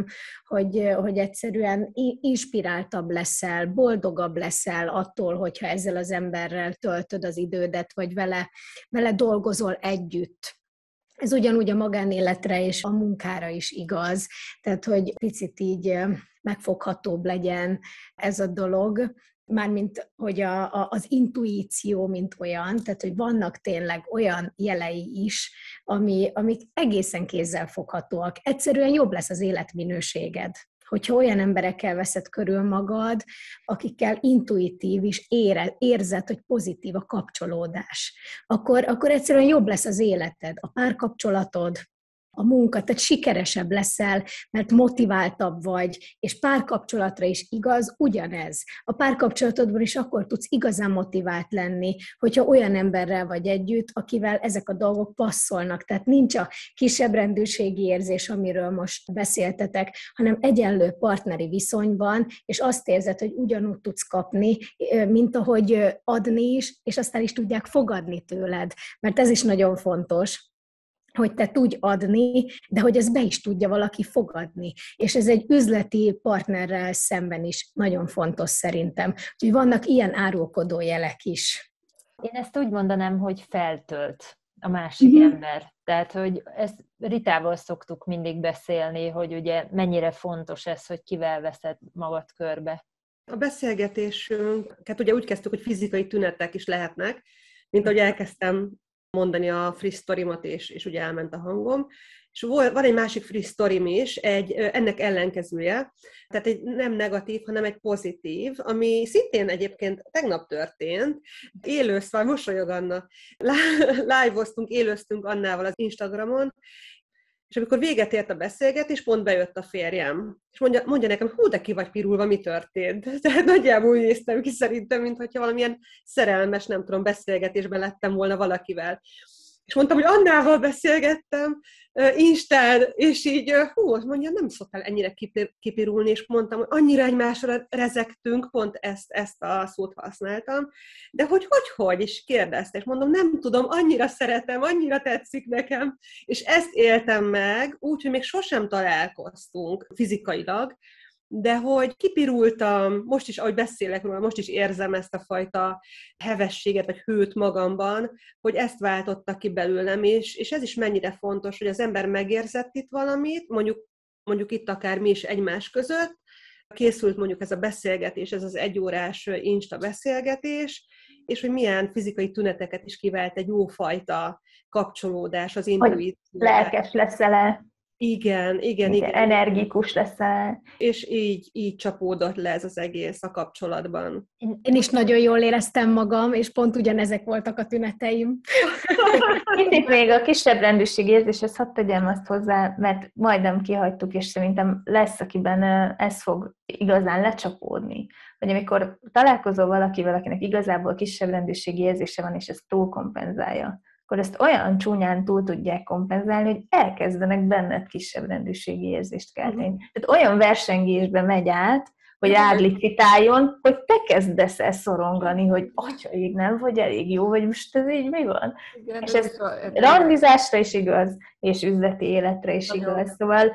hogy egyszerűen inspiráltabb leszel, boldogabb leszel attól, hogyha ezzel az emberrel töltöd az idődet, vagy vele dolgozol együtt. Ez ugyanúgy a magánéletre és a munkára is igaz, tehát hogy picit így megfoghatóbb legyen ez a dolog, mármint hogy az intuíció, mint olyan, tehát hogy vannak tényleg olyan jelei is, amik egészen kézzelfoghatóak. Egyszerűen jobb lesz az életminőséged, hogyha olyan emberekkel veszed körül magad, akikkel intuitív és érzed, hogy pozitív a kapcsolódás, akkor egyszerűen jobb lesz az életed, a párkapcsolatod, a munka, tehát sikeresebb leszel, mert motiváltabb vagy, és párkapcsolatra is igaz, ugyanez. A párkapcsolatodban is akkor tudsz igazán motivált lenni, hogyha olyan emberrel vagy együtt, akivel ezek a dolgok passzolnak. Tehát nincs a kisebbrendűségi érzés, amiről most beszéltetek, hanem egyenlő partneri viszonyban, és azt érzed, hogy ugyanúgy tudsz kapni, mint ahogy adni is, és aztán is tudják fogadni tőled. Mert ez is nagyon fontos, hogy te tudj adni, de hogy ezt be is tudja valaki fogadni. És ez egy üzleti partnerrel szemben is nagyon fontos szerintem. Úgyhogy vannak ilyen árulkodó jelek is. Én ezt úgy mondanám, hogy feltölt a másik ember. Tehát, hogy ezt Ritával szoktuk mindig beszélni, hogy ugye mennyire fontos ez, hogy kivel veszed magad körbe. A beszélgetésünket ugye úgy kezdtük, hogy fizikai tünetek is lehetnek, mint ahogy elkezdtem mondani a free sztorimat, és ugye elment a hangom. És van egy másik free sztorim is, ennek ellenkezője, tehát egy nem negatív, hanem egy pozitív, ami szintén egyébként tegnap történt. Szóval mosolyog Anna. Live-oztunk, élőztünk Annával az Instagramon, és amikor véget ért a beszélgetés, pont bejött a férjem. És mondja nekem, hú, de ki vagy pirulva, mi történt? Tehát nagyjából úgy néztem ki szerintem, mintha valamilyen szerelmes, nem tudom, beszélgetésben lettem volna valakivel. És mondtam, hogy Annával beszélgettem Instán, és így, mondja, nem szoktál ennyire kipirulni, és mondtam, hogy annyira egymásra rezegtünk, pont ezt a szót használtam, de hogy, és kérdezte, és mondom, nem tudom, annyira szeretem, annyira tetszik nekem, és ezt éltem meg, úgyhogy még sosem találkoztunk fizikailag, de hogy kipirultam, most is, ahogy beszélek róla, most is érzem ezt a fajta hevességet, vagy hőt magamban, hogy ezt váltotta ki belőlem, és ez is mennyire fontos, hogy az ember megérzett itt valamit, mondjuk itt akár mi is egymás között, készült mondjuk ez a beszélgetés, ez az 1 órás Insta beszélgetés, és hogy milyen fizikai tüneteket is kivált egy jófajta kapcsolódás az intuícióval. Lelkes leszel-e? Igen. Energikus leszel. És így csapódott le ez az egész a kapcsolatban. Én is nagyon jól éreztem magam, és pont ugyanezek voltak a tüneteim. Kicsit még a kisebb rendűség érzéshez hadd tegyem azt hozzá, mert majdnem kihagytuk, és szerintem lesz, akiben ez fog igazán lecsapódni. Vagy amikor találkozol valakivel, akinek igazából kisebb rendűségi érzése van, és ez túlkompenzálja, akkor ezt olyan csúnyán túl tudják kompenzálni, hogy elkezdenek benned kisebb rendűségi érzést kelteni. Tehát olyan versengésbe megy át, hogy rád licitáljon, hogy te kezdesz el szorongani, hogy atyaig nem vagy elég jó, vagy most ez így mi van? Igen, és ez randizásra is igaz, és üzleti életre is igaz. Szóval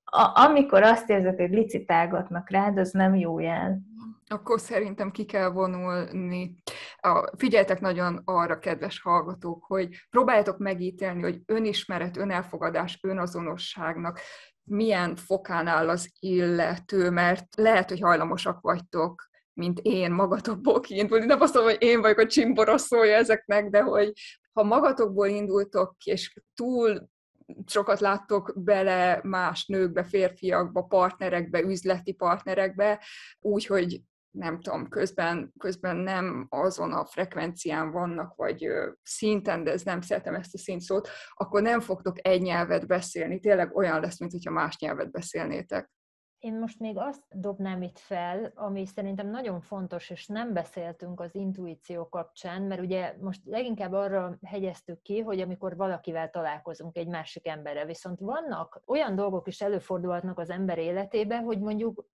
amikor azt érzed, hogy licitálgatnak rád, az nem jó jel. Akkor szerintem ki kell vonulni. Figyeljetek nagyon arra, kedves hallgatók, hogy próbáljátok megítélni, hogy önismeret, önelfogadás, önazonosságnak milyen fokán áll az illető, mert lehet, hogy hajlamosak vagytok, mint én, magatokból kiindulni. Nem azt mondom, hogy én vagyok a csimboroszója ezeknek, de hogy ha magatokból indultok, és túl sokat láttok bele más nőkbe, férfiakba, partnerekbe, üzleti partnerekbe, úgyhogy nem tudom, közben nem azon a frekvencián vannak, vagy szinten, de ez nem szeretem ezt a szintszót, akkor nem fogtok egy nyelvet beszélni. Tényleg olyan lesz, mint hogyha más nyelvet beszélnétek. Én most még azt dobnám itt fel, ami szerintem nagyon fontos, és nem beszéltünk az intuíció kapcsán, mert ugye most leginkább arra hegyeztük ki, hogy amikor valakivel találkozunk, egy másik emberrel, viszont vannak olyan dolgok is előfordulhatnak az ember életében, hogy mondjuk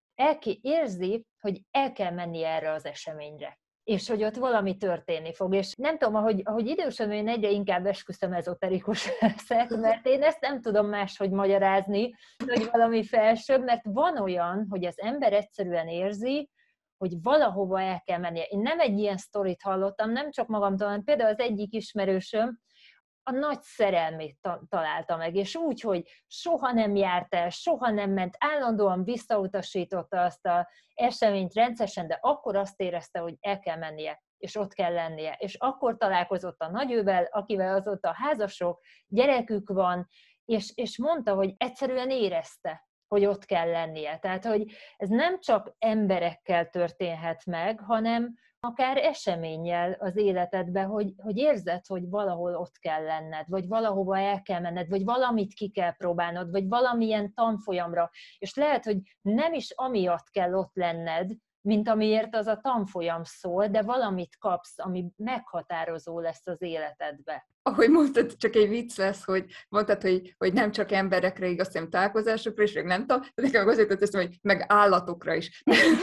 érzi, hogy el kell menni erre az eseményre, és hogy ott valami történni fog. És nem tudom, ahogy idősödöm, én egyre inkább esküszöm ezoterikus leszek, mert én ezt nem tudom máshogy magyarázni, hogy valami felsőbb, mert van olyan, hogy az ember egyszerűen érzi, hogy valahova el kell mennie. Én nem egy ilyen sztorit hallottam, nem csak magamtól, hanem például az egyik ismerősöm a nagy szerelmét találta meg, és úgy, hogy soha nem járt el, soha nem ment, állandóan visszautasította azt az eseményt rendszeresen, de akkor azt érezte, hogy el kell mennie, és ott kell lennie. És akkor találkozott a nagyővel, akivel azóta házasok, gyerekük van, és mondta, hogy egyszerűen érezte, hogy ott kell lennie. Tehát, hogy ez nem csak emberekkel történhet meg, hanem akár eseménnyel az életedben, hogy érzed, hogy valahol ott kell lenned, vagy valahova el kell menned, vagy valamit ki kell próbálnod, vagy valamilyen tanfolyamra. És lehet, hogy nem is amiatt kell ott lenned, mint amiért az a tanfolyam szól, de valamit kapsz, ami meghatározó lesz az életedbe. Ahogy mondtad, csak egy vicc lesz, hogy mondtad, hogy nem csak emberekre igaz, hanem találkozásokra is, nem tudom, de nekem azért tettem, hogy meg állatokra is.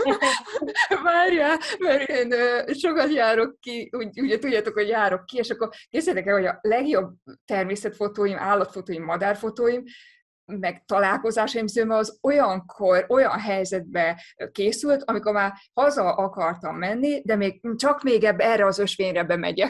Várjál, mert én sokat járok ki, ugye tudjátok, hogy járok ki, és akkor készítek el, hogy a legjobb természetfotóim, állatfotóim, madárfotóim, meg találkozásaim zöme az olyan helyzetbe készült, amikor már haza akartam menni, de csak még erre az ösvényre bemegyek.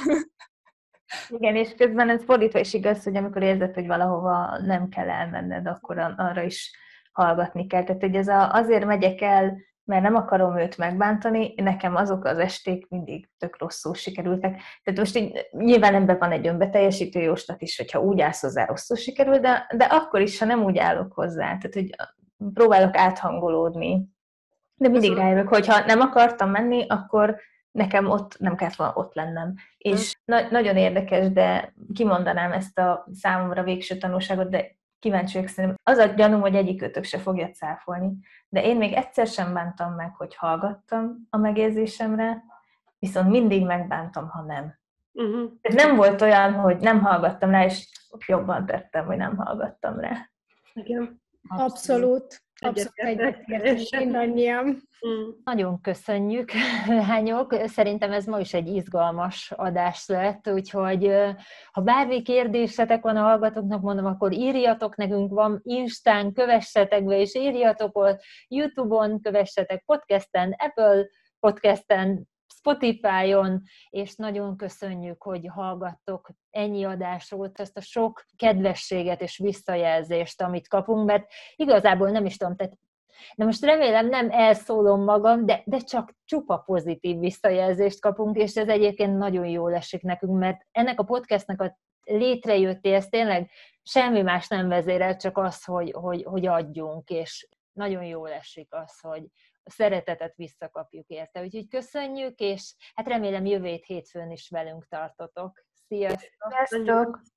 Igen, és közben ez fordítva is igaz, hogy amikor érzed, hogy valahova nem kell elmenned, akkor arra is hallgatni kell. Tehát, hogy ez azért megyek el, mert nem akarom őt megbántani, nekem azok az esték mindig tök rosszul sikerültek. Tehát most így nyilván ebben van egy önbeteljesítő jóslat is, hogyha úgy állsz hozzá, rosszul sikerül, de akkor is, ha nem úgy állok hozzá. Tehát, hogy próbálok áthangolódni. De mindig rájövök, hogy ha nem akartam menni, akkor nekem ott nem kellett volna ott lennem. És nagyon érdekes, de kimondanám ezt a számomra végső tanulságot, de kíváncsi vagyok, szerintem az a gyanúm, hogy egyikőtök se fogja cáfolni. De én még egyszer sem bántam meg, hogy hallgattam a megérzésemre, viszont mindig megbántam, ha nem. Ez nem volt olyan, hogy nem hallgattam rá, és jobban tettem, hogy nem hallgattam rá. Igen. Abszolút. Abszolút egyetértünk mindannyian. Nagyon köszönjük, lányok. Szerintem ez ma is egy izgalmas adás lett, úgyhogy ha bármi kérdésetek van a hallgatóknak, mondom, akkor írjatok nekünk, van Instán, kövessetek be, és írjatok ott, YouTube-on kövessetek, podcasten, Apple podcasten, Spotify-on, és nagyon köszönjük, hogy hallgattok ennyi adásot, ezt a sok kedvességet és visszajelzést, amit kapunk, mert igazából nem is tudom, tehát de most remélem nem elszólom magam, de csak csupa pozitív visszajelzést kapunk, és ez egyébként nagyon jól esik nekünk, mert ennek a podcastnek a létrejöttéhez tényleg semmi más nem vezérel, csak az, hogy adjunk, és nagyon jól esik az, hogy a szeretetet visszakapjuk érte. Úgyhogy köszönjük, és hát remélem jövő hétfőn is velünk tartotok. Sziasztok! Sziasztok!